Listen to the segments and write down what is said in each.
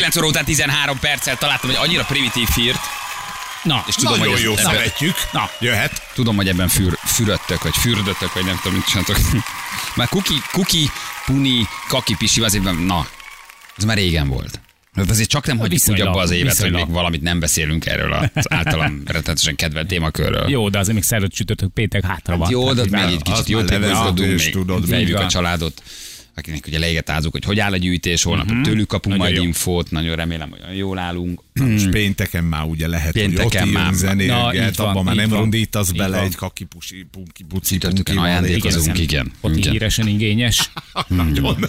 9 óra után 13 perccel találtam, hogy annyira primitív hírt. Na, És tudom, nagyon hogy jó, ebben, szeretjük. Na. Jöhet. tudom, hogy ebben fürödtök, vagy fürdöttök, vagy nem tudom, mit csináltok. Már kuki, puni, kaki, pisi, azért, na, ez már régen volt. De azért csak nem hagyjuk úgy abba az évet, hogy még valamit nem beszélünk erről az általam rettenetesen kedvelt témakörről. Jó, de azért még szerdát, csütörtök, péntek hátra van. Jó, de Tehát, még egy kicsit jótékonykodunk, még fejlődjük a családot, akinek ugye leégetázunk, hogy áll a gyűjtés, holnap tőlük kapunk majd infót, nagyon remélem, hogy olyan jól állunk. És pénteken már ugye lehet, Pénteken hogy ott már. zenélget, abban már nem rondítasz így bele van. egy kaki pusi, punki, buci, Csütörtökön ajándékozunk, igen. Ott Igen. híresen igényes. Nagyon.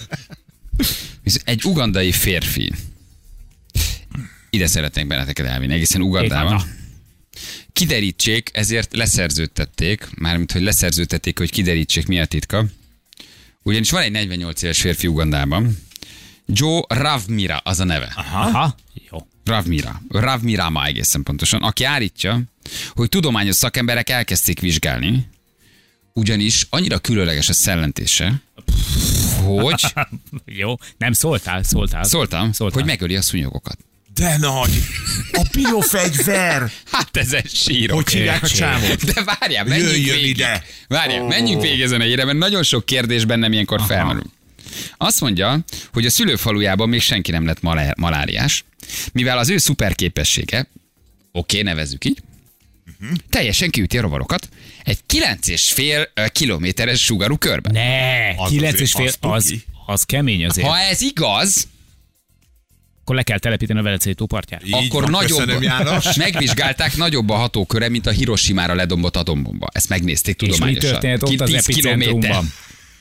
Egy ugandai férfi. Ide szeretnék benneteket elvinni, egészen Ugandában. Na. Kiderítsék, ezért leszerződtették, mármint hogy leszerződtették, hogy kiderítsék, mi a titka. Ugyanis van egy 48 éves férfi Ugandában. Joe Ravmira az a neve. Aha. Jó. Ravmirama egészen pontosan, aki állítja, hogy tudományos szakemberek elkezdték vizsgálni, ugyanis annyira különleges a szellentése, hogy... Jó. Nem szóltál? Szóltam, hogy megöli a szúnyogokat. De nagy! A pilófegyver! Hát ezen sírok. Hogy hívják a csávot? De várjál, menjünk Jöjjön végig. ide. Várjál, menjünk végig ezen a híre, mert nagyon sok kérdés bennem ilyenkor felmerül. Azt mondja, hogy a szülőfalujában még senki nem lett maláriás, mivel az ő szuperképessége, nevezzük így, teljesen kiüti a rovarokat egy 9,5 kilométeres sugarú körben. Ne, Az 9,5, az kemény azért. Ha ez igaz, Akkor le kell telepíteni a Velencei tó partját. Így akkor van, nagyobb, köszönöm, János. megvizsgálták nagyobb a hatóköre, mint a Hirosimára ledombott atombomba. Ezt megnézték És mi tudományosan. történt ott az 10 kilométer. epicentrumban?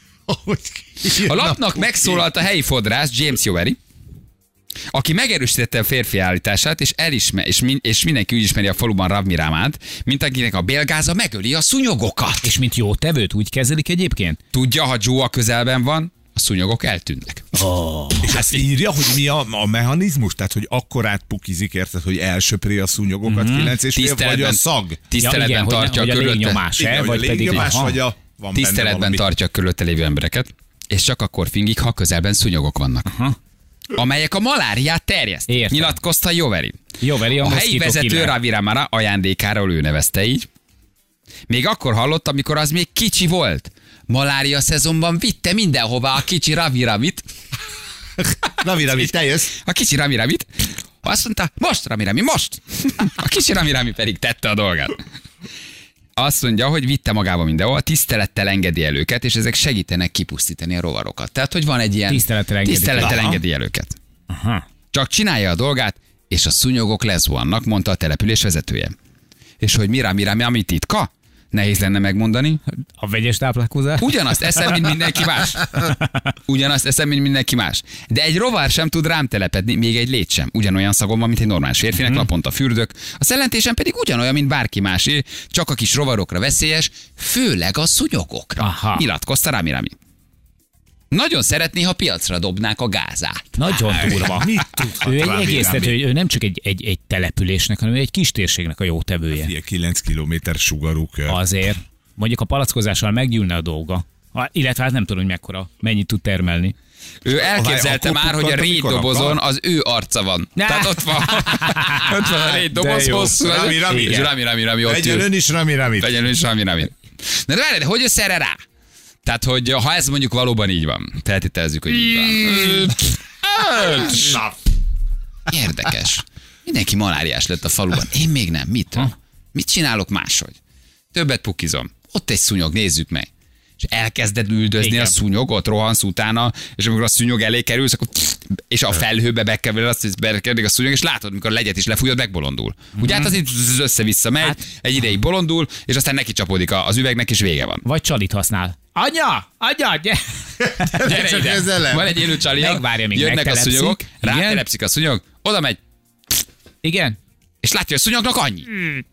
A lapnak megszólalt a helyi fodrász James Jovery, aki megerősítette a férfi állítását, és mindenki úgy ismeri a faluban Ravmiramát, mint akinek a bélgáza megöli a szúnyogokat. És mint jó tevőt úgy kezelik egyébként? Tudja, ha Joe a közelben van, a szúnyogok eltűnnek. És ezt írja, hogy mi a mechanizmus? Tehát, hogy akkorát pukizik, érted, hogy elsöpri a szúnyogokat 9,5, vagy a szag? Tiszteletben tartja hogy a a körülötte. légnyomás, Igen, vagy a pedig... légnyomás, Aha. vagy a... Van benne Tiszteletben valami. tartja a körülötte lévő embereket, és csak akkor fingik, ha közelben szúnyogok vannak. Amelyek a maláriát terjesztik. Értem. Nyilatkozta Joveri. Joveri A helyi moszkító vezető killer. Raviramara ajándékáról ő nevezte így. Még akkor hallott, amikor az még kicsi volt. Malária szezonban vitte mindenhova a kicsi Raviramit. Ravi, te jössz. A kicsi Raviramit. Azt mondta, most Ramirami, most. A kicsi Ramirami pedig tette a dolgát. Azt mondja, hogy vitte magával mindenhol, tisztelettel engedi el őket, és ezek segítenek kipusztítani a rovarokat. Tehát, hogy van egy ilyen... Tisztelettel engedi el őket. Aha. Csak csinálja a dolgát, és a szúnyogok lezuhannak, mondta a település vezetője. És hogy mi titka? Nehéz lenne megmondani. A vegyes táplálkozás? Ugyanazt eszem, mint mindenki más. De egy rovar sem tud rám telepedni, még egy lét sem. Ugyanolyan szagom van, mint egy normális férfinek, naponta fürdök. A szellentésem pedig ugyanolyan, mint bárki másé, csak a kis rovarokra veszélyes, főleg a szúnyogokra. Aha. Nyilatkozta Ramirami. Nagyon szeretné, ha piacra dobnák a gázát. Nagyon durva. Mit tudhat Ő egy Ravi egész, tehát, Rami? hogy ő nem csak egy településnek, hanem egy kis térségnek a jó tevője. Ilyen 9 kilométer sugarú kör. Azért. Mondjuk a palackozással meggyűlne a dolga. Illetve hát nem tudom, hogy mennyit tud termelni. Ő elképzelte Akkor már, hogy a pukkant, rét amikor dobozon akar. az ő arca van. Ne. Tehát ott van a rét doboz jó. hosszú. Rami. És Rami ott Legyen ül. ön is Rami. Legyen ön is Rami. Na de várj, de hogy jössz erre rá? Tehát, hogy ha ez mondjuk valóban így van, feltételezzük, hogy így van. Na, Érdekes. Mindenki maláriás lett a faluban. Én még nem. Mit csinálok máshogy? Többet pukizom. Ott egy szúnyog, nézzük meg. És elkezded üldözni Igen. a szúnyogot, rohansz utána, és amikor a szúnyog elé kerülsz, akkor és a felhőbe bekerül a szúnyog, és látod, amikor a legyet is lefújod, megbolondul. Ugye hát az itt össze-vissza megy, egy ideig bolondul, és aztán neki csapódik az üvegnek, és vége van. Vagy csalit használ. Anya, gyere! Gyere Csak ide. ezzel nem. Van egy élő csalia, Megvárja, míg jönnek a megtelepszik. szúnyogok, Igen. rátelepszik a szúnyog, oda megy, Igen? és látja, hogy a szúnyognak annyi.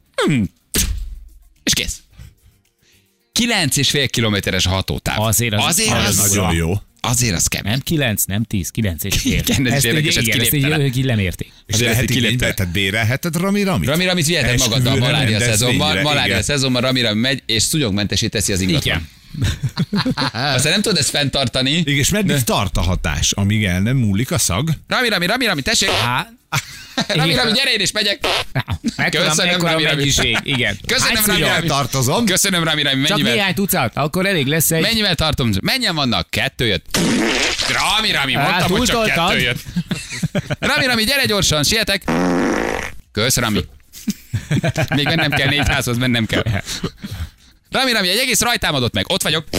És kész. 9,5 kilométeres a hatótáv. Azért az nagyon jó. azért az kemény. Nem 9, nem 10, 9 és fél. Igen, ez érdekes, ez igen, ezt kiléptelen. így lemérték. És Azért lehet kilépte. igénybe, tehát bérelheted Rami? Rami-Ramit viheted magaddal Esküvőre, malária szezonban. rendezvényre, Malária igen. szezonban Rami-Rami megy, és szúnyogmentesé teszi az ingatlan. Igen. Aztán nem tudod ezt fenntartani. Igen, és meddig tart a hatás, amíg el nem múlik a szag? Rami, tessék! Hát, Rami, gyere, én is megyek! Köszönöm, mekkora Rami. mennyiség, igen. Köszönöm, Hány Rami. Tartozom. Köszönöm, Rami, Csak mennyivel? néhány tucat, akkor elég lesz egy... Mennyivel tartom? Mennyien vannak? 2 jött. Rami, mondtam, hogy csak túltoltad. 2 jött. Rami, gyere gyorsan, sietek. Kösz, Rami. Még mennem kell, 4 házhoz mennem kell. Rami, egy egész rajtám adott meg. Ott vagyok.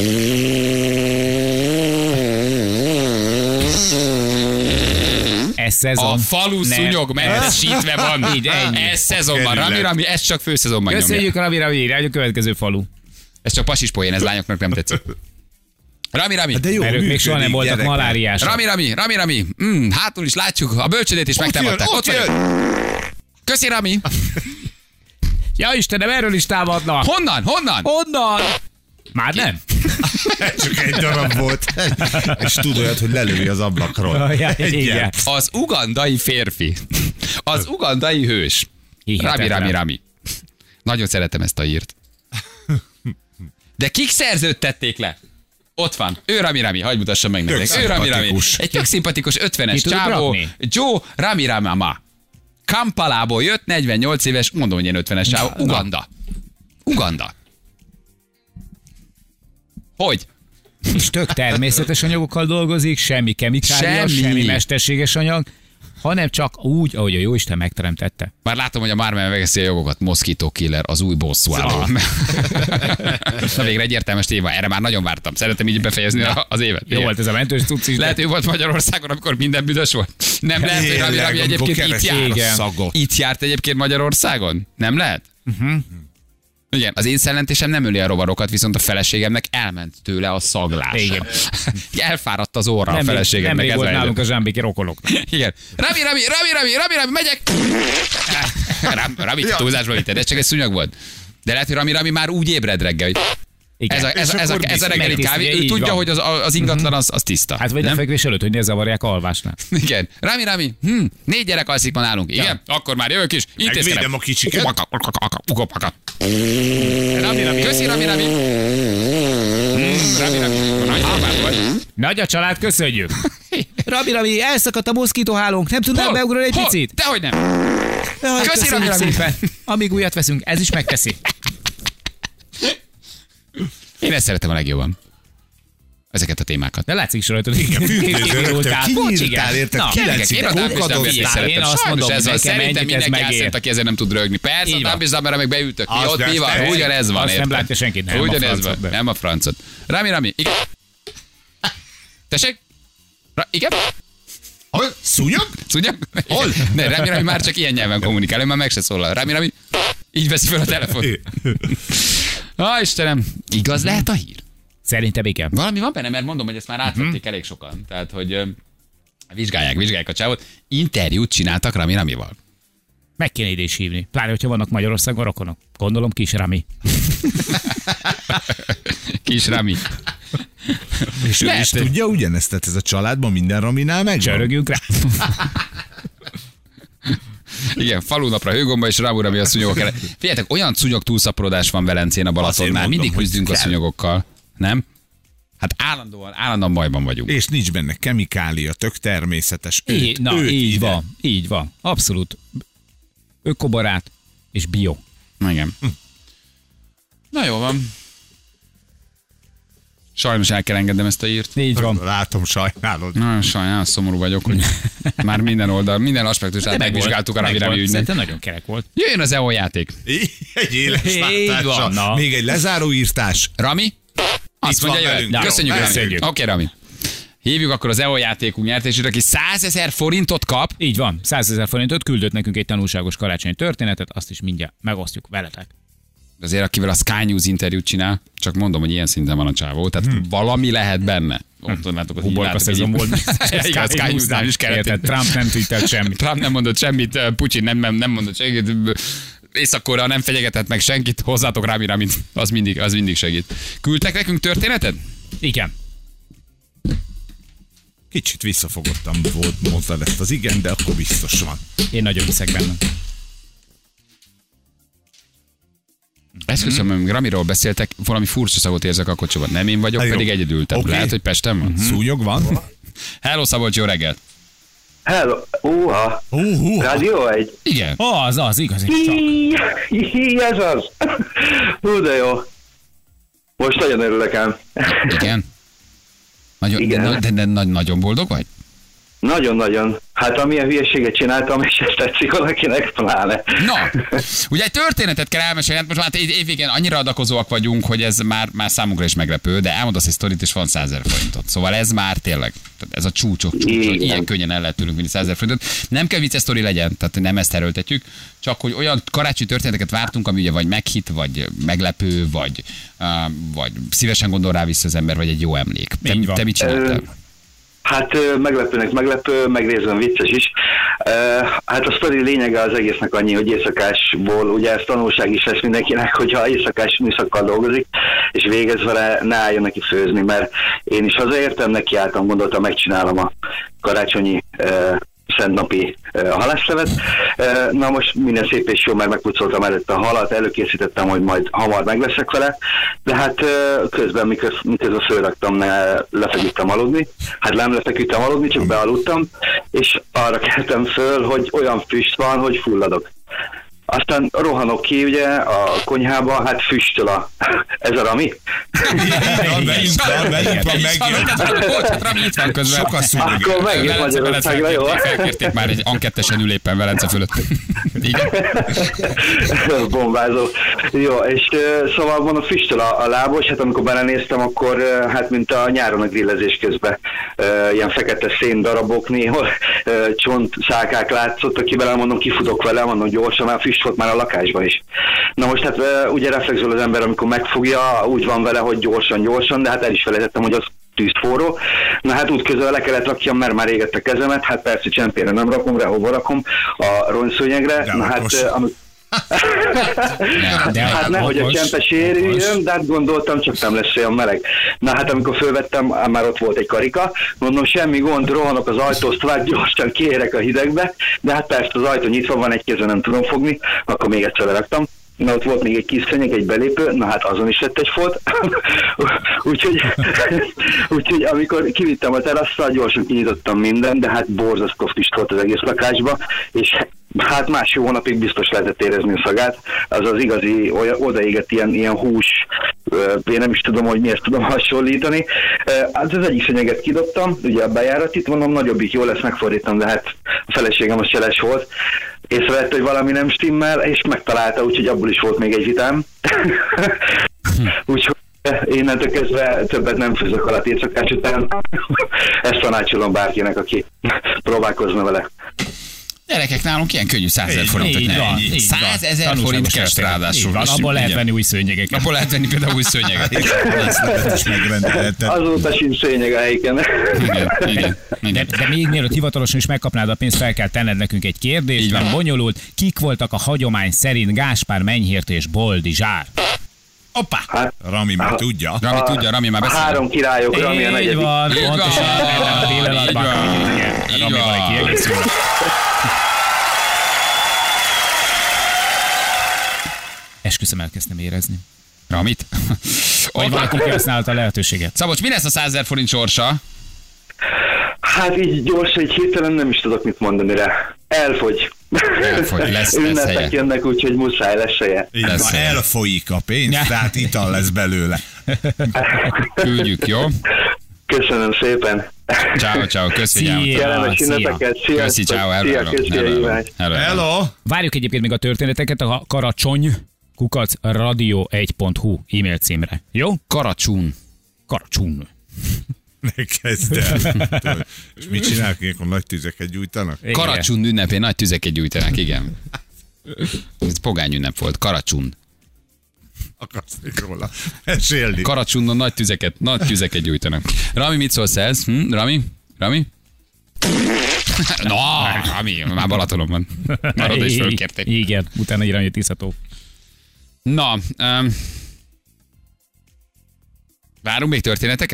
Ez szezon. A falu Nem. szúnyog mentesítve van. Így, ennyi. Ez szezonban. Rami, ez csak főszezonban nyomja. Köszönjük Rami, irány a következő falu. Ez csak pasis poén, ez lányoknak nem tetszik. Rami. De jó, Mert ők még soha nem voltak gyerekek. maláriások. Rami. Hátul is látjuk, a bölcsödét is megtámadták. Ott vagyok. Köszi, Rami. Ja Istenem, erről is támadnak. Honnan? Honnan? Már nem? Csak egy darab volt. És tud olyat, hogy lelövi az ablakról. Ja, igen. Egyet. Az ugandai férfi. Az ugandai hős. Hihetetlen. Rami. Nagyon szeretem ezt a hírt. De kik szerződtették le? Ott van. Ő Rami, hagyj mutassam meg nektek. Tök Ő Rami. szimpatikus. Egy tök szimpatikus 50-es Ki tudjuk csávó. rakni? Joe Rami. Kampalából jött, 48 éves, mondom, hogy ilyen 50-es csávó. Uganda. Hogy? És tök természetes anyagokkal dolgozik, semmi kemikália, semmi mesterséges anyag, hanem csak úgy, ahogy a Jóisten megteremtette. Már látom, hogy a Marvel megeszi a jogokat. Mosquito Killer, az új bosszúálló. Na végre egy értelmes téma. Erre már nagyon vártam. Szeretem így befejezni az évet. Jó volt ez a mentős cucc is. Lehet, ő volt Magyarországon, amikor minden büdös volt. Nem lehet, hogy Rami Tényleg, egyébként amikor itt járt. keresik a szagot. Itt járt egyébként Magyarországon? Nem lehet? Igen, az én szellentésem nem öli a rovarokat, viszont a feleségemnek elment tőle a szaglás. Igen. Elfáradt az orra a Nem feleségemnek. rég ez volt a nálunk helyzet. a zsámbéki rokonoknak. Igen. Rami, megyek! Rami, túlzásba vitted, ez csak egy szúnyog volt. De lehet, hogy Rami már úgy ébred reggel, hogy Igen. ez a reggeli kávé, ő így tudja, van. hogy az ingatlan az tiszta. Hát vagy a nem? fekvés előtt, hogy ne zavarják alvásnál. Igen. Rami, 4 gyerek alszik ma nálunk. Igen, akkor már jövök is. Megvédem a kicsiket. Rami, köszi, Rami. Rami, nagy hálmát vagy. Nagy a család, köszönjük. Rami, elszakadt a moszkítóhálónk, nem tudnál beugrani egy picit? Dehogy nem. Jaj, Köszi, köszönjük Rami. szépen. Amíg újat veszünk, ez is megteszi. Én ezt szeretem a legjobban. Ezeket a témákat. De látszik is rajta, hogy igen, Függőző rögtön kinyírtál, érted? Na, 9 Én a okadott Dumbledore rá. is szeretem. Én azt Sajnos mondom, ez van. hogy nekem Szerintem ennyi, ez mindenki megér. elszent, aki ezen nem tud rögni. Persze, Így a van. Dumbledore meg beültök. Mi Azt ott mi van? persze. Ugyanez van. Azt nem érted? látja senki, nem a Ugyanez van. francot, de. Nem a francot. Rami. Igen. Tessék? Igen? Hol? Szúnyog? Tudja? Hol? Ne, Rami már csak ilyen nyelven kommunikál, ő már meg se szólal. Rami így veszi fel a telefon. Istenem, igaz lehet a hír? Szerintem igen. Valami van benne, mert mondom, hogy ezt már átvették elég sokan. Tehát, hogy vizsgálják a csávot. Interjút csináltak Ramival. Meg kéne ide is hívni. Pláne, hogyha vannak Magyarországon rokonok. Gondolom kis Rami. Kis Rami. És ő Lehet, is hogy- tudja ugyanezt, tehát ez a családban minden Raminál megvan. Csörögjünk rá. Igen, falunapra hőgomba és Rami a szúnyogok ellen. Figyeljetek, olyan szúnyog túlszaporodás van Velencén a Balatonnál. mondom, Mindig hogy küzdünk a kell. szúnyogokkal. Nem? Hát állandóan bajban vagyunk. És nincs benne kemikália, tök természetes. Így ide. van. Így van. Abszolút. Ökobarát és bio. Igen. Na jó van. Sajnos el kell engednem ezt a írt. Így van. Látom, sajnálod. Nagyon sajnálom, szomorú vagyok, hogy már minden oldal, minden aspektusát megvizsgáltuk a Rami ügynek. Szerintem nagyon kerek volt. Jöjjön az EO játék. Egy éles Így látással. van, na. Még egy lezáróírtás. Rami? Azt Itt mondja, van jöjjön. velünk. Köszönjük, Jó, Rami. köszönjük. Oké, Rami. Hívjuk akkor az EO játékunk nyertését, aki 100 000 forintot kap. Így van. 100 000 forintot küldött nekünk egy tanulságos karácsonyi történetet, azt is mindjárt megosztjuk veletek. Azért, akivel a Sky News interjút csinál, csak mondom, hogy ilyen szinten van a csávó, tehát valami lehet benne. Ott tudnátok, hogy Uborka szezon volt. Igen, a Sky News-nál is kellett. Érted, Trump nem tweetelt semmit. Trump nem mondott semmit, Putyin nem mondott semmit, Észak-Korea nem fenyegetett meg senkit, hozzátok Ramit, az mindig segít. Küldtek nekünk történetet? Igen. Kicsit visszafogottam volt, mondtad ezt az igen, de akkor biztos van. Én nagyon hiszek benne. Ezt köszönöm, hogy Ramiról beszéltek, valami furcsa szagot érzek a kocsiban. Nem én vagyok, pedig egyedül. Okay. Lehet, hogy Pesten van? Szúnyog van? Hello, Szabolcs, jó reggelt! Hello, Rádió egy. Igen. Az, igazi. Ez az. Hú, de jó. Most nagyon örülök ám. Igen? Nagyon, Igen. De nagyon boldog vagy? Nagyon-nagyon. Hát amilyen hülyeséget csináltam, és ezt tetszik valakinek, pláne. Na, ugye egy történetet kell elmesélni, most már évvégén annyira adakozóak vagyunk, hogy ez már számunkra is meglepő, de elmondasz egy sztorit, és van 100 000 forintot. Szóval ez már tényleg, ez a csúcsok, hogy ilyen könnyen el lehet tőlünk vinni 100 000 forintot. Nem kell vicces sztori legyen, tehát nem ezt erőltetjük, csak hogy olyan karácsonyi történeteket vártunk, ami ugye vagy meghit, vagy meglepő, vagy szívesen gondol rá vissza az ember, vagy egy jó emlék. Te mit csináltál? Hát meglepő, meg részben vicces is. Hát a sztori lényege az egésznek annyi, hogy éjszakásból, ugye ez tanulság is lesz mindenkinek, hogyha éjszakás műszakkal dolgozik, és végez vele, ne álljon neki főzni, mert én is hazaértem, nekiálltam, gondoltam, megcsinálom a karácsonyi szentnapi halászlevet. Na most minden szép és jó, mert megpucoltam előtt a halat, előkészítettem, hogy majd hamar megveszek vele, de hát közben, miközben fölraktam, lefeküdtem aludni. Hát nem lefeküdtem aludni, csak bealudtam, és arra keltem föl, hogy olyan füst van, hogy fulladok. Aztán rohanok ki ugye a konyhába, hát füstöl ez a Rami. Velünk van megint. Sokat szúnyog. Akkor megint Magyarországra, jó? Felkérték már egy ankettesen ül éppen Velence fölött. Igen. Bombázó. Jó, és szóval mondom, füstöl a lábos, hát amikor belenéztem, akkor hát mint a nyáron a grillezés közben ilyen fekete szén darabok, néhol csontszálkák látszottak ki vele, mondom, kifutok vele, mondom, gyorsan, már füst volt már a lakásban is. Na most hát ugye reflexol az ember, amikor megfogja, úgy van vele, hogy gyorsan, de hát el is felejtettem, hogy az tűzforró. Na hát útközben le kellett rakjam, mert már égett a kezemet, hát persze csempére nem rakom, rehova rakom a rongyszőnyegre. Na hát hát nehogy a csempe sérüljön, de hát gondoltam, csak nem lesz olyan meleg. Na hát amikor fölvettem, már ott volt egy karika, mondom, semmi gond, rohanok az ajtózt, gyorsan kiérek a hidegbe, de hát persze az ajtó nyitva van, egy kézzel nem tudom fogni, akkor még egyszer leraktam. Na ott volt még egy kis szőnyeg, egy belépő, na hát azon is lett egy folt. úgyhogy amikor kivittem a teraszra, gyorsan kinyitottam minden, de hát borzasztó füst volt az egész lakásba, és hát másfél hónapig biztos lehetett érezni a szagát. Az igazi, odaégett ilyen hús, én nem is tudom, hogy miért tudom hasonlítani. Az egyik szőnyeget kidobtam, ugye a bejáratit, mondom, nagyobbik jó lesz, megfordítom, de hát a feleségem az cseles volt. Észrevette, hogy valami nem stimmel, és megtalálta, úgyhogy abból is volt még egy vitám. Úgyhogy innentől kezdve többet nem főzök alatt éjszakás után. Ezt tanácsolom bárkinek, aki próbálkozna vele. Gyerekek, nálunk ilyen könnyű 100 000 forintot nyerni. 100 000 forint cash ráadásul. Abból lehet venni új szőnyegeket. Abból lehet venni például új szőnyeget. Azóta sincs szőnyeg a helyiken. Igen. De még mielőtt hivatalosan is megkapnád a pénzt, fel kell tenned nekünk egy kérdést, nem bonyolult. Kik voltak a hagyomány szerint Gáspár Menyhért és Boldizsár? Hoppá! Hát, Rami már tudja. Rami már beszél. 3 királyok, Rami a negyedik. Így van, pontosan a pillanatban. Rami van egy kiegészül. Esküszöm, elkezdtem érezni. Ramit? Vagy valaki kihasználta a lehetőséget. Szabolcs, mi lesz a 100 000 forint sorsa? Hát így gyorsan, így hirtelen nem is tudok mit mondani rá. Elfogy, lesz ünnepek helye. jönnek, úgyhogy muszáj lesz helye. Elfolyik a pénz, tehát ital lesz belőle. Küldjük, jó? Köszönöm szépen. Ciao, köszönjük. Kellemes ünnepeket. Köszi, ciao, Hello. Várjuk egyébként még a történeteket a karacsony@radio1.hu e-mail címre. Jó? Karacsún. Ne kezd el. És mit csinálnak, amikor nagy tüzeket gyújtanak? Karacsún ünnepén nagy tüzeket gyújtanak, igen. Ez pogány ünnep volt, Karacsún. Akarsz még róla esélni. Karacsúnon nagy tüzeket gyújtanak. Rami, mit szólsz ez? Rami? No, Rami, már Balatonon van. Már oda is fölkérték. Igen, utána irányít iszható. Na, várunk még történeteket?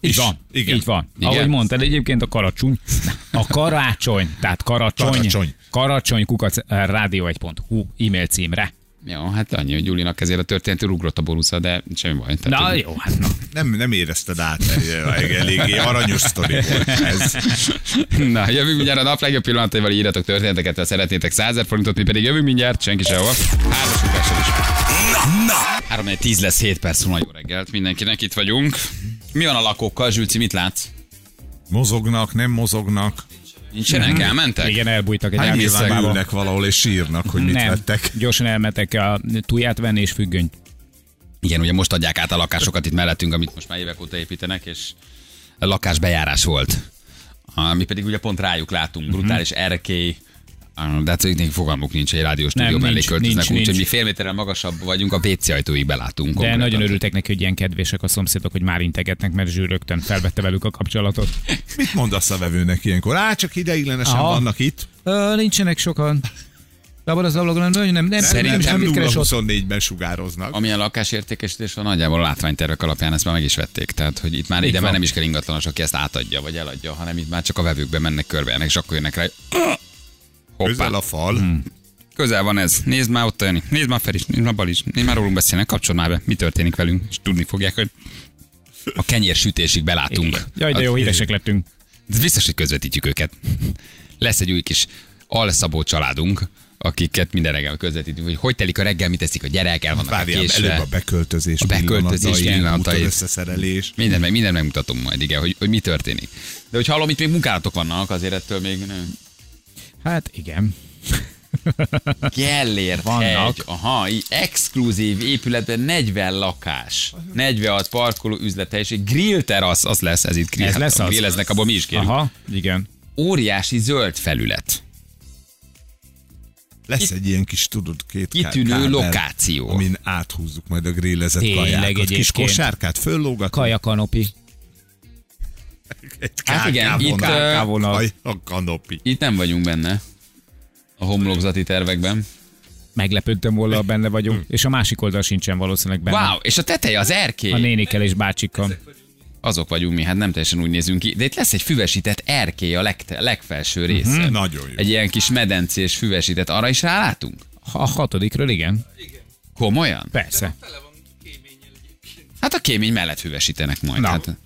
Így van. Igen. Így van. Igen. Ahogy mondtad, egyébként a karácsony, tehát karacsony kukac rádió1.hu e-mail címre. Jó, hát annyi, hogy Gyulinak ezért a történetű ugrott a bónusza, de semmi baj. Tehát, Na hogy- jó, hát na. Nem érezted át, eléggé aranyos sztori volt ez. Na, jövünk mindjárt a nap legjobb pillanataival, írjatok történeteket, ha szeretnétek 100 000 forintot, mi pedig jövünk mindjárt, senki sehova. 3-as is. Na! 3-4-10 lesz, 7 perc, szóval jó reggelt mindenkinek, itt vagyunk. Mi van a lakókkal, Zsülci, mit látsz? Mozognak, nem mozognak. Nincsenek, elmentek? Igen, elbújtak egy Nyilván elmészakbába. ülnek valahol és sírnak, hogy mit Nem, vettek. gyorsan elmentek a tuját venni és függönyt. Igen, ugye most adják át a lakásokat itt mellettünk, amit most már évek óta építenek, és a lakásbejárás volt. Mi pedig ugye pont rájuk látunk, brutális erkély, de hát nekik fogalmuk nincs, egy rádióstúdió Nem, mellé nincs, költöznek, nincs, úgyhogy nincs. mi fél méterrel magasabb vagyunk, a WC ajtóig belátunk. De konkrétan. nagyon örültek neki, hogy ilyen kedvések a szomszédok, hogy már integetnek, mert Zsül rögtön felvette velük a kapcsolatot. Mit mondasz a vevőnek ilyenkor? Csak ideiglenesen Aha. vannak itt. Nincsenek sokan. De abban az ablagon nem Szerintem mit keres ott. 0-24-ben sugároznak. Amilyen lakásértékesítés van, nagyjából a látványtervek alapján ezt már meg is vették. Tehát, hogy itt már ide már nem is kell ingatlanos, aki ezt átadja vagy eladja, hanem itt már csak a vevőkben mennek körbe, ennek, és akkor jönnek rá. Közel Hoppá. a fal. Közel van ez. Nézd már ott Jani. Nézd már Feris, nézd már Balizs. Nézd már rólunk beszélnek, kapcsolj már be. Mi történik velünk? És tudni fogják, hogy a kenyérsütésig belátunk. Jaj, de jó, híresek lettünk. De biztos, hogy közvetítjük őket. Lesz egy új kis alszabó családunk, akiket minden reggel közvetítünk, hogy telik a reggel, mit teszik a gyerek, el vannak Várjál, késve. előbb a beköltözés beköltözés pillanatai. összeszerelés. Mindent megmutatom majd, igen, hogy mi történik. De hogy hallom, itt még munkálatok vannak, azért ettől még nem. Hát igen. Gellért Vannak. hegy, aha, így exkluzív épületben 40 lakás, 46 parkoló üzlethelység, grill terasz, az lesz, ez itt grill, Ez lesz az. grilleznek, abból mi is kérünk. Aha, igen. Óriási zöld felület, Lesz egy ilyen kis, tudod, két kitűnő kábel, lokáció. amin áthúzzuk majd a grillezett Tényleg kajákat. Kis egyébként. kosárkát föllógatunk. Kajakanopi. Egy Hát igen, itt, kávonal. A kanopi. Itt nem vagyunk benne a homlokzati tervekben. Meglepődtem volna, ha benne vagyunk. És a másik oldal sincsen valószínűleg benne. Wow, és a teteje az A erkély. nénikkel és bácsikkal. Azok vagyunk mi, hát nem teljesen úgy nézünk ki. De itt lesz egy füvesített erkély a legfelső része. Nagyon jó. Egy ilyen kis medencés füvesített, arra is rálátunk? A 6-ról igen. Komolyan? Persze. Hát a kémény mellett füvesítenek majd. Na. Hát,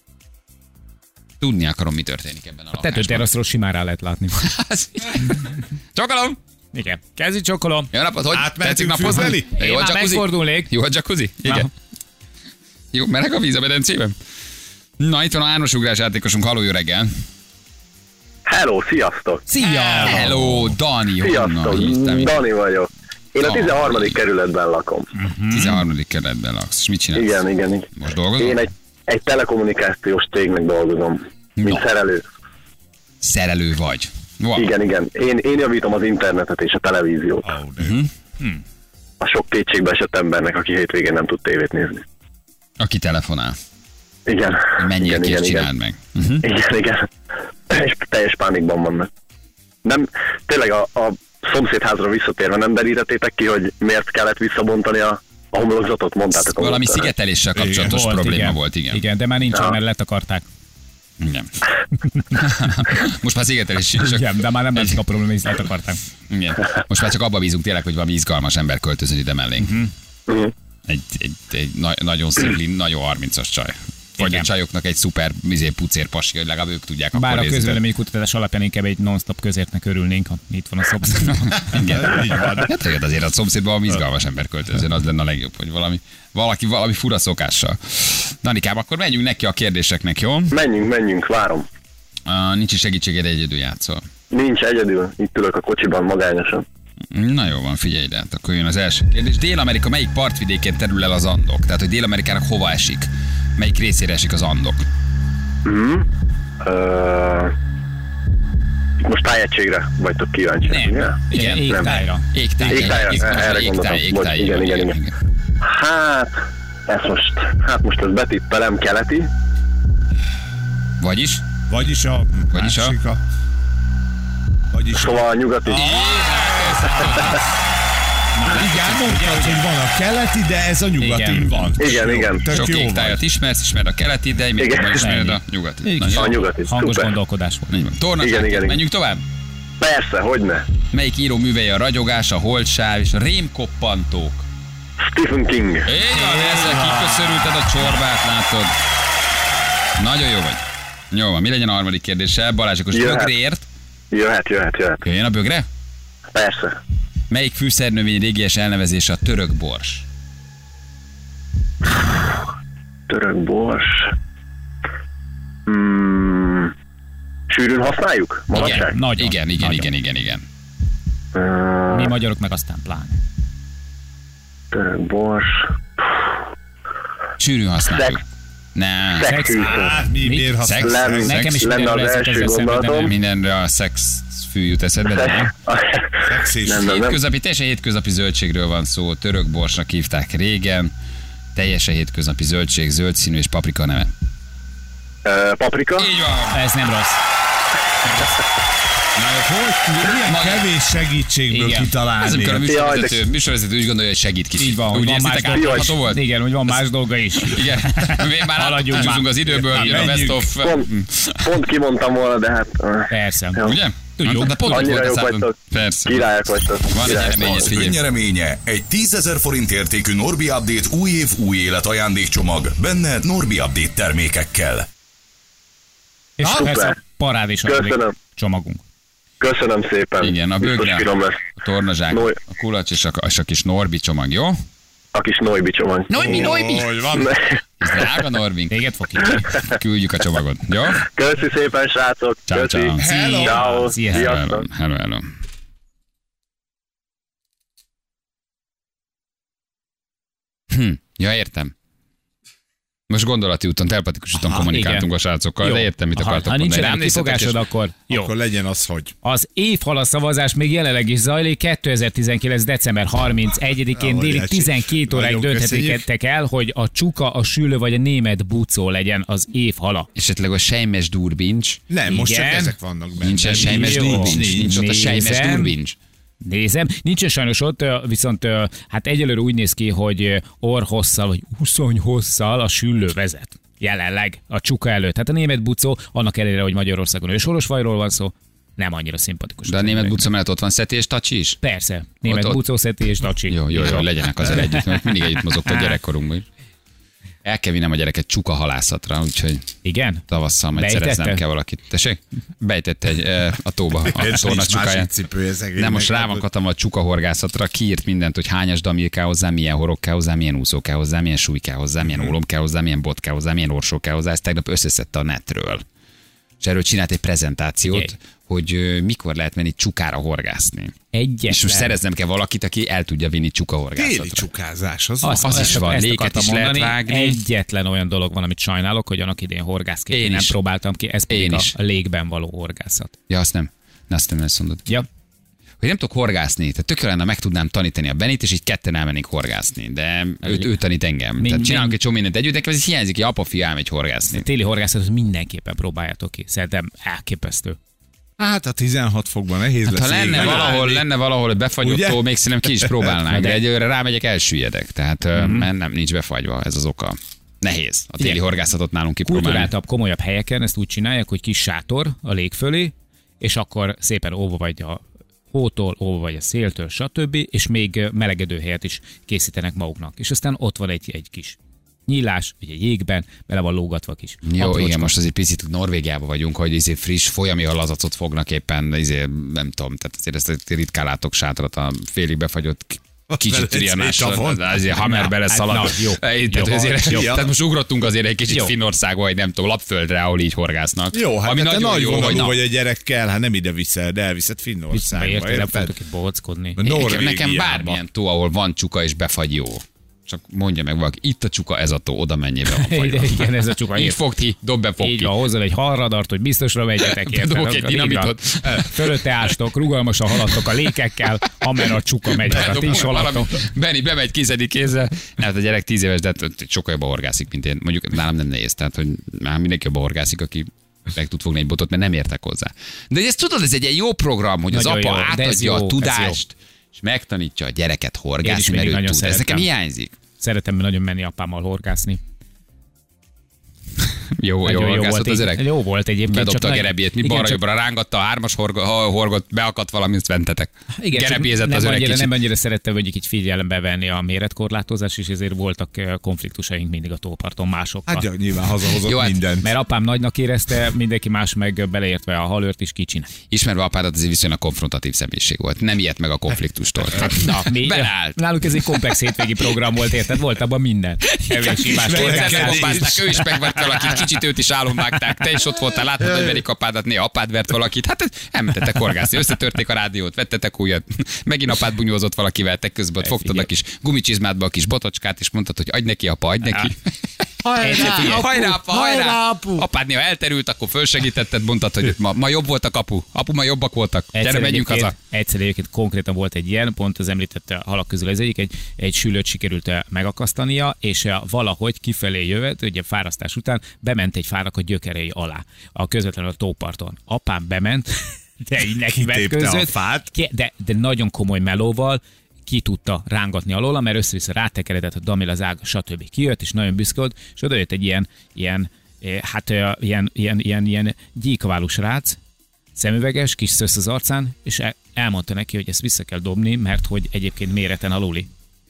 tudni akarom, mi történik ebben a lakásban. Tetőteraszról simán rá lehet látni. Csokolom! Igen. Kezdj csokolom. Jó napot, hogy Átmentünk tetszik napozni? fűzni? Jó Én a már jacuzzi? megfordulnék. Jó a jacuzzi? Igen. Na. Jó, meleg a víz a medencében? Na, itt van a Ános ugrás játékosunk, halló, jó reggel. Hello, sziasztok! Szia! Hello, Dani, Sziasztok, honnan hívtam? Dani vagyok. Én a Ah. 13. kerületben lakom. 13. kerületben laksz. És mit csinálsz? Igen. Most dolgozol? Én egy telekommunikációs cégnek dolgozom, mint No. szerelő. Szerelő vagy. Wow. Igen. Én javítom az internetet és a televíziót. Ó, de A sok kétségbe esett embernek, aki hétvégén nem tud tévét nézni. Aki telefonál. Igen. Hogy menjél ki és igen. csináld meg. Igen. Teljes pánikban vannak. Nem, tényleg a szomszédházra visszatérve nem derítettétek ki, hogy miért kellett visszabontani a homlokzatot, mondtátok. a Valami múltkor. szigeteléssel kapcsolatos probléma volt, igen. Igen, de már nincs, Ja. mert letakarták. Igen. Most már szigetelés is. Igen, de már nem lesz a probléma, hogy letakarták. Igen. Most már csak abba bízunk tényleg, hogy valami izgalmas ember költözön ide mellénk. Mhm. Egy nagyon szimplin, nagyon 30-as csaj. Vagy Igen. a csajoknak egy szuper pucér pasi, hogy legalább ők tudják Bár akkor a nézni. közvéleménykutatás alapján inkább egy non-stop közértnek örülnénk, ha itt van a szomszéd. Igen, így van. Hát igen, azért a szomszédban valami izgalmas ember költözön, az lenne a legjobb, hogy valami fura szokással. Danikám, akkor menjünk neki a kérdéseknek, jó? Menjünk, várom. Nincs is segítséged, egyedül játszol. Nincs egyedül, itt ülök a kocsiban magányosan. Na jó van, figyelj ide, hát akkor jön az első kérdés. Dél-Amerika melyik partvidékén terül el az Andok? Tehát, hogy Dél-Amerikának hova esik? Melyik részére esik az Andok? Most tájegységre vagytok kíváncsiak, ugye? Nem. Igen. Égtájra. Égtájra, igen. Hát most ezt betippelem, keleti. Vagyis? Vagyis a másik Vagyis Szóval nyugati. Igen, mondtad, hogy van a keleti, de ez a nyugatin van. Igen. Sok égtájat ismered a keleti, de még jobban ismered a nyugati. A nyugati. Hangos Szuper. gondolkodás volt. Tornaság, Igen. menjünk tovább? Persze, hogyne. Melyik író művei a ragyogás, a holdsáv és a rémkoppantók? Stephen King. Így van, ezzel kiköszörülted a csorbát, látod. Nagyon jó vagy. Jó van, mi legyen a harmadik kérdése? Balázsikos bögréért. Jöhet. Jöjjön a bögre? Persze. Melyik fűszernövény régies elnevezése a török bors? Török bors. Sűrűn használjuk? Manapság? Nagyon. Igen. Mi magyarok meg aztán pláne. Török bors. Sűrűn használjuk. Nem. Szexfűször. Miért használjuk? Nekem is lenne az mindenről első ez eszembe, de gondolatom. nem. Mindenre a szex fű jut eszedbe, de nem. Nem. Teljesen hétköznapi zöldségről van szó. Török borsnak hívták régen. Teljesen hétköznapi zöldség, zöld színű és paprika neve. Paprika? Így van. Ez nem rossz. Milyen kevés segítségből Igen. Ez kitalálni. amikor a műsorvezető úgy gondolja, hogy segít kicsit. Így van, Úgy hogy van érzitek, más átható volt? Igen, hogy van más dolga is. Igen. Mi már Haladjunk átadjunk már. az időből, jön a best of. Pont kimondtam volna, de hát... Persze. Ugye? Tudjuk. De pont Annyira volt jók a vagytok. Persze. Királyok vagytok. Van egy Királyok. eredmény, Az figyelj. önnyereménye egy 10 000 forint értékű Norbi Update új év új élet ajándékcsomag, benne Norbi Update termékekkel. És Szuper. persze a parád is a Köszönöm. csomagunk. Köszönöm szépen. Igen, a Biztos bögre, finom lesz. a tornazsák, Noly. a kulacs és a kis Norbi csomag, jó? A kis Noibi csomag. Norbi! Hogy van? Ez drága Norbink. Téged fog kicsi. Küldjük a csomagot, jó? Köszi szépen, srácok. Ciao, Köszi. ciao. Hello. Ciao. Szia. Sziasztok. Hello. Ja, értem. Most gondolati úton, telepatikus úton kommunikáltunk igen. a srácokkal, Jó. de értem, mit akartak Ha mondani. nincs rá Nem néztetek, kifogásod, és- akkor jó. Akkor legyen az, hogy. Az évhala szavazás még jelenleg is zajlik, 2019. december 31-én Ahogy délig Ácsi. 12 óráig Nagyon dönthetik el, hogy a csuka, a sülő vagy a német bucó legyen az évhala. Esetleg a sejmes durbincs. Nem, most csak Igen. ezek vannak benne. Nincsen sejmes Jó. durbincs. Nincs ott a sejmes Nézem. durbincs. Nézem, nincsen sajnos ott, viszont hát egyelőre úgy néz ki, hogy orrhosszal vagy uszonyhosszal a süllő vezet. Jelenleg a csuka előtt. Hát a német bucó, annak ellenére, hogy Magyarországon ősorosfajról van szó, nem annyira szimpatikus. De a német bucca mellett ott van Szeti és Tacsi is? Persze, német Ott- bucó, Szeti és Tacsi. Jó, legyenek azért együtt, mert mindig együtt mozogtak a gyerekkorunkban is. El kell vinnem a gyereket csuka halászatra, úgyhogy Igen? tavasszal majd Bejtette? szereznem kell valakit. Tessék? Bejtette a tóba a torna Másik csukáját. cipője szegénynek. Nem, most rá van katama a csukahorgászatra, kiírt mindent, hogy hányas damil kell hozzá, milyen horog kell hozzá, milyen úszó kell hozzá, milyen súly kell hozzá, milyen ólom kell hozzá, milyen bot kell hozzá, milyen orsó kell hozzá. Ezt tegnap összeszedte a netről. És erről csinált egy prezentációt, Jé. hogy mikor lehet menni csukára horgászni. Egyetlen. És most szereznem kell valakit, aki el tudja vinni Téli csukahorgászatra. csukázás, az Azt- van. Az is ezt- van, ezt léket akartam is lehet mondani. vágni. Egyetlen olyan dolog van, amit sajnálok, hogy annak idén horgászként Én nem is. próbáltam ki, ez pedig Én a is. légben való horgászat. Ja, azt nem. Azt mondod. Ja, Hogy nem tudok horgászni. Tehát tök jó lenne, meg tudnám tanítani a Benit, és így ketten elmennénk horgászni. De ő tanít engem. Tehát csinálunk egy csomó mindent együtt, nekem ez hiányzik, hogy apa fiú elmegy horgászni. téli horgászatot mindenképpen próbáljátok ki. Szerintem elképesztő. Hát a 16 fokban nehéz Hát, lesz. ha lenne valahol egy befagyott Ugye? tó, még szerintem ki is próbálnánk, de De- egyőre rámegyek, elsüllyedek. Tehát mert nem, nincs befagyva, ez az oka. Nehéz a téli Figyelj, horgászatot nálunk kipróbálni. Kulturáltabb, komolyabb helyeken ezt úgy csinálják, hogy kis sátor a lég fölé, és akkor szépen óva vagy a hótól, óva vagy a széltől, stb. És még melegedő helyet is készítenek maguknak. És aztán ott van egy kis nyílás, vagy egy jégben, bele van lógatva a kis Jó, aprócska. igen, most azért picit Norvégiában vagyunk, hogy friss folyami halazacot fognak éppen, nem tudom, tehát azért ezt ritkán látok sátrat a félig befagyott kicsit Velencei trianással, tavon. azért hamar beleszalad. Hát, na, jó. Tehát, Jó, azért, jó. tehát most ugrottunk azért egy kicsit Jó. Finnországba, vagy nem tudom, Lapföldre, ahol így horgásznak. Jó, hát ami te nagyon nagy jó, vonalú hogy vagy a gyerekkel, hát nem ide viszel, de elviszed Finnországba. Miért nem érted? fogtok itt bóckodni? nekem bármilyen tó, ahol van csuka és befagy jó. Csak mondja meg valaki, itt a csuka, ez a tó, oda menjél be, van fagyva. Igen, ez a csuka. Így fog ki, dob be, fog Így ki. van, hozzal egy halradart, hogy biztosra megyetek. Bedobok egy dinamitot. Fölötte ástok, rugalmasan haladtok a lékekkel, amerre a csuka megy, a ti is haladtok. Benni bemegy kézedi kézzel. Hát a gyerek 10 éves, de hát sokkal jobban horgászik, mint én. Mondjuk nálam nem nehéz, tehát hogy már mindenki jobban horgászik, aki meg tud fogni egy botot, mert nem értek hozzá. De ezt tudod, ez egy ilyen jó program, hogy az Nagyon apa jó, de ez átadja jó, a ez tudást, és megtanítsa a gyereket Én horgászni, is mert mindig ő nagyon tud. Ez nekem szerettem. hiányzik. Szeretem nagyon menni apámmal horgászni. Jó Nagyon horgászott az öreg. Jó volt egyébként. Bedobta csak a nagy- gerebjét, mi igen, balra-jobbra rángatta, a 3-as horgot, beakadt valamit, ventetek. Igen, csak Gerebézett az öreg kicsit. nem annyira szerettem, hogy így figyelembe venni a méretkorlátozás, és ezért voltak konfliktusaink mindig a tóparton másokkal. Hát ja, nyilván hazahozott Jó, hát, mindent. Mert apám nagynak érezte, mindenki más meg beleértve a halőrt is kicsinek. Ismerve apádat, ez viszonylag konfrontatív személyiség volt. Nem ilyet meg a konfliktustól. Na, Beleállt. nálunk ez egy komplex hétvégi program volt, érted? Volt abban minden. Evés, hibás, Kétszer horgászás. megapázták, ő is megvert valakit, kicsit őt is álomvágták, te is ott voltál, láttad, hogy verik apádat, néha apád vert valakit, hát elmentetek horgászni, összetörték a rádiót, vettetek újat, megint apád bunyózott valakivel, te közben ott fogtad a kis gumicsizmádba a kis botocskát, és mondtad, hogy adj neki, apa, adj neki. Hajrá, apa, hajrá! Apád néha elterült, akkor fölsegítetted, mondtad, hogy ma jobb volt a kapu. Apu, ma jobbak voltak. Gyere, menjünk haza. Egyszer egyébként konkrétan volt egy ilyen, pont az említett halak közül ez egyik, egy sülőt sikerült megakasztania, és valahogy kifelé jövet, ugye fárasztás után bement egy fának a gyökerei alá, a közvetlenül a tóparton. Apám bement, de így neki Kitépte a fát. de nagyon komoly melóval, ki tudta rángatni alóla, mert össze-vissza rátekeredett a damil az ág, stb. Kijött, és nagyon büszke volt, és oda jött egy ilyen gyíkaválú srác, szemüveges, kis szösz az arcán, és elmondta neki, hogy ezt vissza kell dobni, mert hogy egyébként méreten aluli.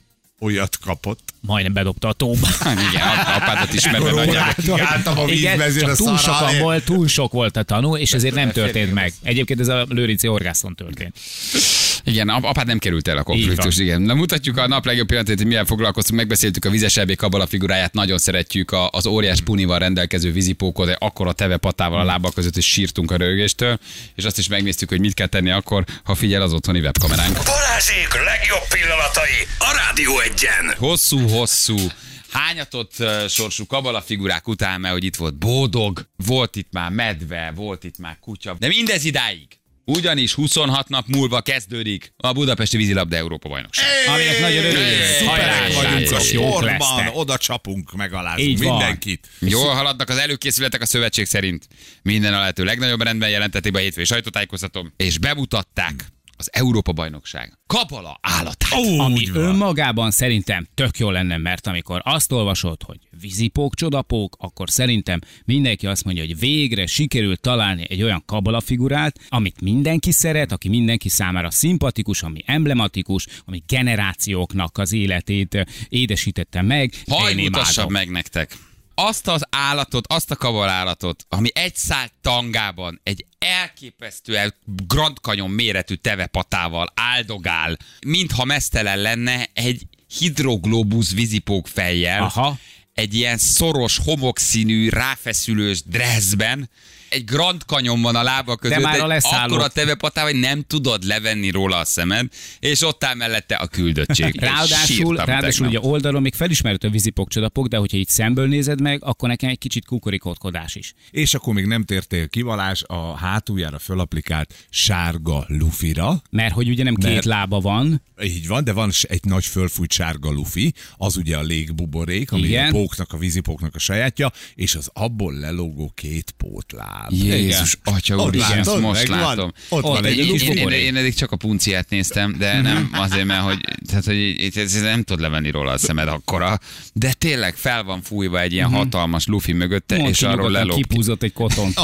Olyat kapott. Majdnem bedobta a tóba. Igen, apádat ismerve nagyjából. Álltam a Igen, vízmezőn a csak túl szarral. sokan volt, túl sok volt a tanú, és ezért nem történt meg. Egyébként ez a lőrinci orgászon történt. Igen, apád nem került el a konfliktus, igen. Na, mutatjuk a nap legjobb pillanatát, hogy milyen foglalkoztunk, megbeszéltük a vizes EB kabala figuráját, nagyon szeretjük az óriás punival rendelkező vízipókot, de akkor a teve patával a lábak között, és sírtunk a rögéstől, és azt is megnéztük, hogy mit kell tenni akkor, ha figyel az otthoni webkameránk. Balázsék legjobb pillanatai a Rádió Egyen. Hosszú, hányatott sorsú kabala figurák után, mert hogy itt volt bódog, volt itt már medve, volt itt már kutya, de mindez idáig. Ugyanis 26 nap múlva kezdődik a Budapesti Vízilabda Európa-bajnokság. Aminek nagyon örülünk. Hajrá, Vagyunk a srácok, jók sportban, lesztek. oda csapunk, megalázunk Így van. mindenkit. Jól haladnak az előkészületek a szövetség szerint. Minden a lehető legnagyobb rendben jelentették be a hétfői sajtótájékoztatón, és bemutatták az Európa-bajnokság kabala állatát. Ami önmagában szerintem tök jó lenne, mert amikor azt olvasod, hogy vízipók, csodapók, akkor szerintem mindenki azt mondja, hogy végre sikerült találni egy olyan kabalafigurát, amit mindenki szeret, aki mindenki számára szimpatikus, ami emblematikus, ami generációknak az életét édesítette meg. Hadd Én mutassam imádom. meg nektek. Azt az állatot, azt a kabalállatot, ami egy szál tangában, egy elképesztően Grand Canyon méretű tevepatával áldogál, mintha meztelen lenne egy hidroglóbusz vízipók fejjel, Aha. egy ilyen szoros, homokszínű, ráfeszülős dresszben, egy Grand Canyon van a lába között, már a egy leszálló. akkora tevepatával, hogy nem tudod levenni róla a szemed, és ott áll mellette a küldöttség. És Ráadásul sírtam ugye tegnap. oldalon még felismerhető a vízipók, csodapók, de hogyha így szemből nézed meg, akkor nekem egy kicsit kukorikódkodás is. És akkor még nem tértél kivalás a hátuljára fölaplikált sárga lufira. Mert hogy ugye nem két Mert- lába van, Így van, de van egy nagy fölfújt sárga lufi, az ugye a légbuborék, ami Igen. a póknak, a vízipóknak a sajátja, és az abból lelógó két pótláb. Jézus, atya Ott úr, igen, látod, ezt most megvan. látom. Ott van egy Én- kis én- buborék. Én eddig csak a punciát néztem, de nem azért, mert hogy ez nem tudod levenni róla a szemed akkora, de tényleg fel van fújva egy ilyen hatalmas lufi mögötte, mondd és ki arról nyugodtan, lelóg. kipúzott egy kotont.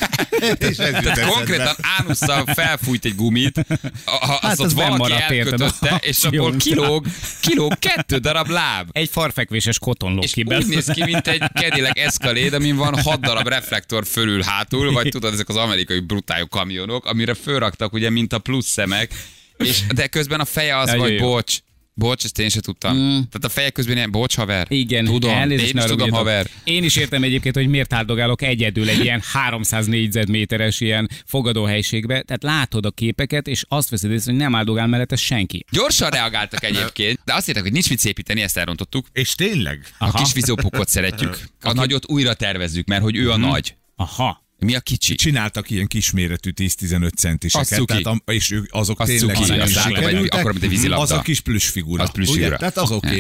És ez jut Tehát konkrétan eszedbe. ánusszal felfújt egy gumit, azt ott az valaki bennmaradt, érted, elkötötte, a és abból akció kilóg 2 darab láb. Egy farfekvéses koton lóg És ki úgy belőle. néz ki, mint egy Cadillac Escalade, amin van 6 darab reflektor fölül hátul, vagy tudod, ezek az amerikai brutál kamionok, amire fölraktak ugye, mint a plusz szemek, de közben a feje az, Nagyon vagy jó. bocs, ezt én sem tudtam. Tehát a feje közben ilyen, bocs haver. Igen, tudom, elnézést, én is ne tudom, haragudjatok. haver. Én is értem egyébként, hogy miért áldogálok egyedül egy ilyen 300 négyzetméteres ilyen fogadóhelyiségbe. Tehát látod a képeket, és azt veszed észre, hogy nem áldogál mellette senki. Gyorsan reagáltak egyébként, de azt írták, hogy nincs mit szépíteni, ezt elrontottuk. És tényleg? A kis vizópokot szeretjük. A nagyot újra tervezzük, mert hogy ő a nagy. Aha. Mi a kicsi? Csináltak ilyen kisméretű 10-15 Az centiseket, cuki. és azok Az tényleg cuki, szívesen azt látom, kerültek. akkor, mint egy vízilabda. Az a kis plüss figura. Az plüss ugye? figura. Tehát az oké.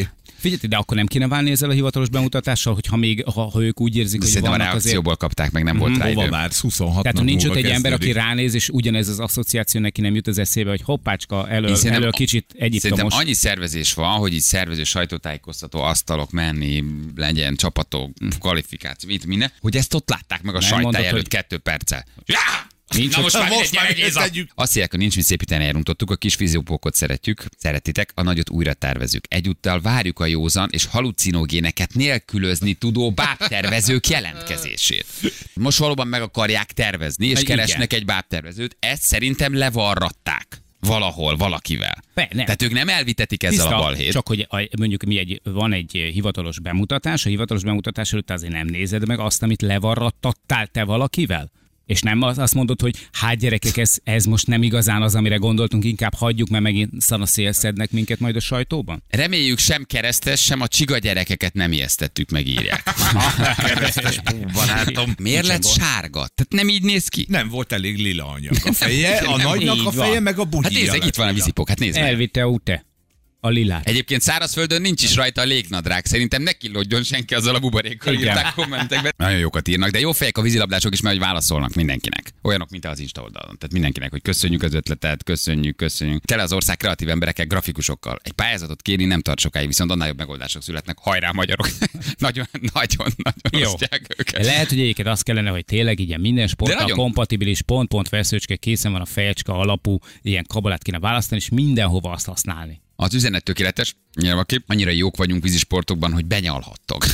Figyelj, de akkor nem kéne válni ezzel a hivatalos bemutatással, hogyha még, ha ők úgy érzik, hogy Szerintem a vannak azért... reakcióból kapták meg, nem volt rá Hova idő. már 26 Tehát nap nincs ott múlva egy ember, aki kezdődik. ránéz, és ugyanez az asszociáció neki nem jut az eszébe, hogy hoppácska, elől kicsit Szerintem egyiptomos. annyi szervezés van, hogy így szervező sajtótájékoztató, asztalok menni, legyen csapatok, kvalifikáció, minden, hogy ezt ott látták meg a sajtáj mondod, előtt hogy- 2 perccel. Nincs Na ott- most már Most már mindegy, Géza. kezdjük. Azt hívják, hogy nincs mit szépíteni, elrontottuk, a kis fiziópókot szeretitek, a nagyot újra tervezük. Egyúttal várjuk a józan és halucinogéneket nélkülözni tudó bábtervezők jelentkezését. Most valóban meg akarják tervezni, és Igen. keresnek egy bábtervezőt. Ezt szerintem levarratták valahol, valakivel. Nem. Tehát ők nem elvitetik ezzel a balhét. Csak hogy mondjuk van egy hivatalos bemutatás, a hivatalos bemutatás előtt azért nem nézed meg azt, amit levarrattattál te valakivel? És nem azt mondod, hogy hát gyerekek, ez most nem igazán az, amire gondoltunk, inkább hagyjuk, mert megint szana szélszednek minket majd a sajtóban? Reméljük sem keresztes, sem a csiga gyerekeket nem ijesztettük, megírják. Barátom. Miért lett sárga? Tehát nem így néz ki? Nem volt elég lila anyag. A feje, a nagynak így a feje, van. meg a bugyja. Hát nézzek, lett itt van a lila. vízipók, hát nézd meg. Elvitte ute a lilát. Egyébként szárazföldön nincs is rajta a légnadrág. Szerintem ne killódjon senki azzal a buborékkal, Igen. írták kommentekben. Nagyon jókat írnak, de jó fejek a vízilabdások is, mert hogy válaszolnak mindenkinek. Olyanok, mint az Insta oldalon. Tehát mindenkinek, hogy köszönjük az ötletet, köszönjük. Tele az ország kreatív emberekkel, grafikusokkal. Egy pályázatot kérni nem tart sokáig, viszont annál jobb megoldások születnek. Hajrá, magyarok! nagyon Jó. osztják őket. Lehet, hogy egyébként az kellene, hogy tényleg ilyen minden sporttal nagyon- kompatibilis pont-pont feszőcske, készen van a fejecske alapú ilyen kabalát kéne választani, és mindenhova azt használni. Az üzenet tökéletes, nyilván annyira jók vagyunk vízisportokban, hogy benyalhattok.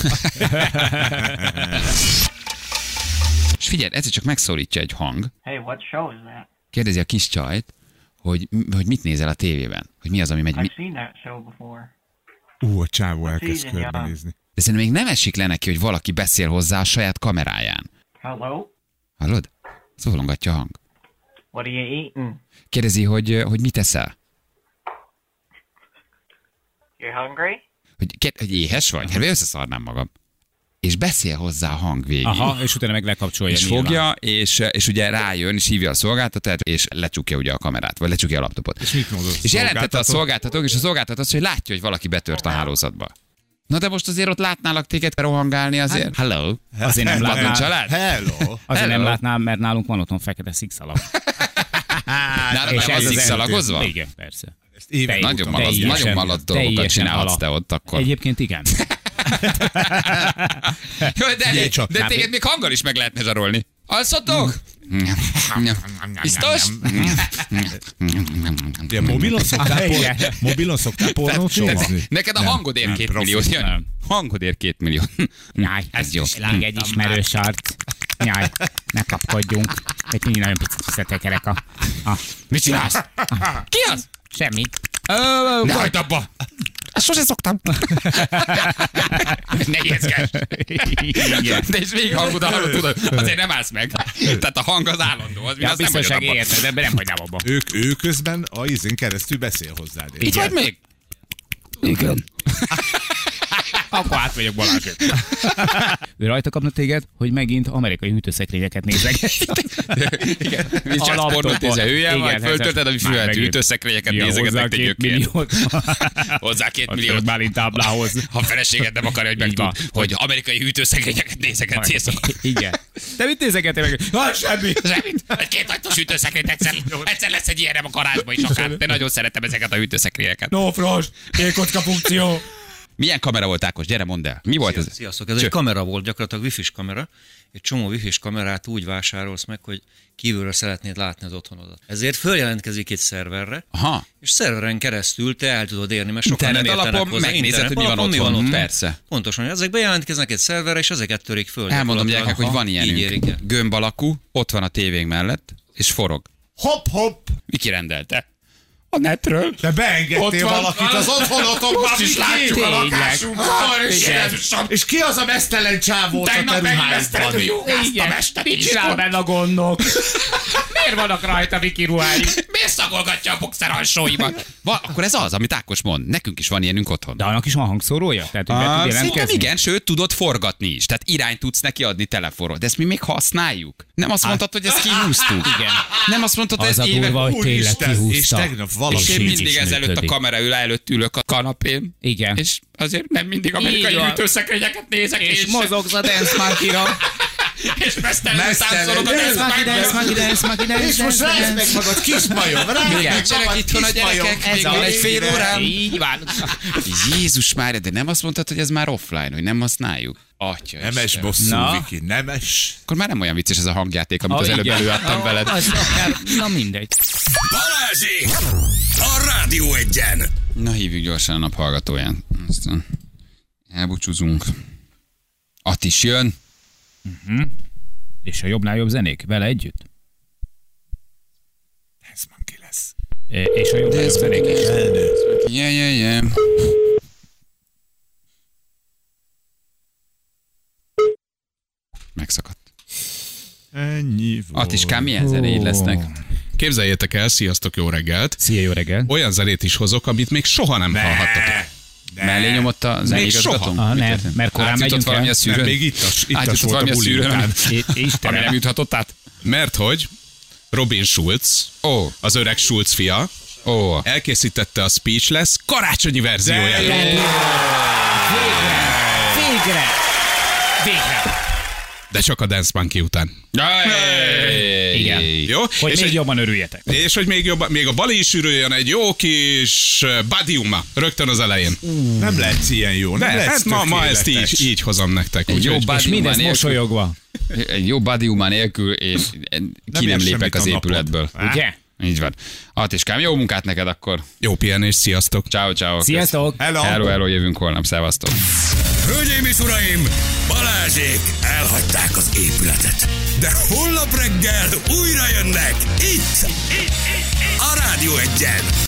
És figyelj, egyszer csak megszólítja egy hang, Hey, what show is that? kérdezi a kis csajt, hogy mit nézel a tévében, hogy mi az, ami megy. I've seen that show before. A csávó elkezd Season, körbenézni. De szerintem még nem esik le neki, hogy valaki beszél hozzá a saját kameráján. Hello? Hallod? Szólongatja a hang. What are you eating? Kérdezi, hogy mit eszel? You're hungry? Hogy éhes vagy? Hát összeszarnám magam. És beszél hozzá a hang végig. Aha, és utána meg lekapcsolja. És nyilván. fogja, és ugye rájön, és hívja a szolgáltatót, és lecsukja ugye a kamerát, vagy lecsukja a laptopot. És mit mondod? És jelentette a szolgáltatók, és a szolgáltató azt, hogy látja, hogy valaki betört a hálózatba. Na de most azért ott látnálak téged rohangálni azért. Hello. Azért nem Van látnál, család? Hello. azért nem Hello. látnál, mert nálunk van otthon fekete szikszalag. Nálad nem az szikszalagozva? Igen, persze. Ezt évek Nagyon óta malac, Teljesen- nagyon malac dolgokat teljesen csinálhatsz alap. te ott akkor. Egyébként igen. Jó, Figyelj csak. de téged még hanggal is meg lehetne zsarolni. Alszotok? Biztos? Ilyen mobilon szoktál pornót nézni? Neked a hangod ér 2 milliót. Jani. Nem. Hangod ér 2 milliót. Nyáj, Ez jó. Láng egy ismerős arc. Nyáj, ne kapkodjunk. Egy mindig nagyon picit összetekerek a... Mit csinálsz? Ki az? Semmit. Ne hagyd abba! Ezt sose szoktam. Ne ijeszkedj. De és végig hangod hallod, tudod, azért nem állsz meg. Tehát a hang az állandó, az Ja, az nem biztonság hagyod abba. érted, de nem hagynám abba. Ő közben a izén keresztül beszél hozzád. Itt vagy még? Igen. Akkor át vagyok Balázsék. Ő rajta kapna téged, hogy megint amerikai hűtőszekrényeket nézek. Igen. És A csak laptopon. pornót hülye, Igen, majd föltölted, ami már fülhet megint. hűtőszekrényeket Ja, nézegetnek, hozzá te 2 gyökér. milliót. Hozzá 2 Ott milliót. fölött Bálint táblához. Ha a feleséged nem akarja, hogy Így van. megtud, hogy amerikai hűtőszekrényeket nézegetsz éjszaka. Igen. Te mit nézegettél meg? Hát semmi. Semmit. Egy 2 ajtós hűtőszekrényt egyszer lesz egy ilyenem a garázsba is akár. De nagyon szeretem ezeket a hűtőszekrényeket. No frost, kocka funkció. Milyen kamera volt, Ákos? Gyere, mondd el. Mi volt ez? Sziasztok, ez egy kamera volt, gyakorlatilag wifi-s kamera. Egy csomó wifi-s kamerát úgy vásárolsz meg, hogy kívülről szeretnéd látni az otthonodat. Ezért följelentkezik egy szerverre, Aha. és szerveren keresztül te el tudod érni, mert sokan Internet nem értenek alapon hozzá. megnézed, Internet hogy mi van alapon, otthon. ott. Persze. Pontosan, ezek bejelentkeznek egy szerverre, és ezeket törik föl. Elmondom Gyakorlatilag, gyerekek, hogy van így érik ilyenünk. el. Gömb alakú, ott van a tévénk mellett, és forog. Hopp. Mi kirendelte? A netről. Te beengedtél valakit az otthonotokban. Most is látjuk a lakásunkat. És ki az a mesztelen csávó a te ruháidban? Igen. Mit csinál benne a gondok? Miért vannak rajta Viki ruhái? Miért szagolgatja a boxer alsóimat. Akkor ez az, amit Ákos mond. Nekünk is van ilyenünk otthon. De annak is van hangszórója? Tehát, hogy be tud Szerintem jelentkezni? igen, sőt, tudod forgatni is. Tehát irányt tudsz neki adni telefonról. De ezt mi még használjuk. Nem azt mondtad, hogy ezt kihúztuk. Igen. Nem azt mondtad, hogy Az ez a durva, hogy tényleg Úristen, kihúzta. és tegnap valaki És én így mindig is ezelőtt a működik. kamera előtt ülök a kanapén. Igen. És azért nem mindig amerikai Így van. hűtőszekrényeket nézek. És mozogsz a Dance Monkey-ra. És mesztelenül táncolod a Dance Monkey. És most rázd meg magad, kis majom, Nincsenek itthon a gyerekek, még van egy fél órám. Így van. Jézus Mária, de nem azt mondtad, hogy ez már offline, hogy nem használjuk? Atya Nemes Isten. bosszú, Na. Viki, nemes. Akkor már nem olyan vicces ez a hangjáték, amit az előbb igen. előadtam veled. Az akár, na mindegy. Balázsék! A Rádió Egyen! Na, hívjuk gyorsan a naphallgatóján. Aztán elbúcsúzunk. Attis jön. És a jobbnál jobb zenék? Vele együtt? Ez Monkey lesz. És a jobbnál jobb zenék is. Yeah. Megszakadt. Ennyi volt. Attiskám, milyen zenéid lesznek? Képzeljétek el, sziasztok, jó reggelt! Szia, jó reggel. Olyan zenét is hozok, amit még soha nem hallhattatok. Mellé nyomott a zeneigazgató? soha. Mi Nem, történt? mert korán Átjutott megyünk valami el. a szűrőn? Nem, még itt Átjutott volt valami a a buli szűrőn, után. ami Istenem. nem juthatott át? Mert hogy Robin Schulz, Ó, az öreg Schulz fia, ó. elkészítette a Speechless karácsonyi verzióját. Végre. De csak a Dance Monkey után. Igen. Jó? Hogy és még egy- jobban örüljetek. És hogy még a Bali is ürüljön egy jó kis badiuma rögtön az elején. Nem lehetsz ilyen jó. De Nem lehetsz hát ma ezt tökéletes. így hozom nektek. Egy jó Úgyhogy És badiuma mindez nélkül, mosolyogva. egy jó badiuma nélkül én ki nem ér lépek semmit az a napod. épületből. Ugye? Így van. Attiskám, jó munkát neked akkor. jó pihenés, sziasztok! Ciao. Sziasztok! Hello. Jövünk holnap. Szevasztok. Hölgyeim és uraim, Balázsék elhagyták az épületet. De holnap reggel újra jönnek itt a Rádió Egyen.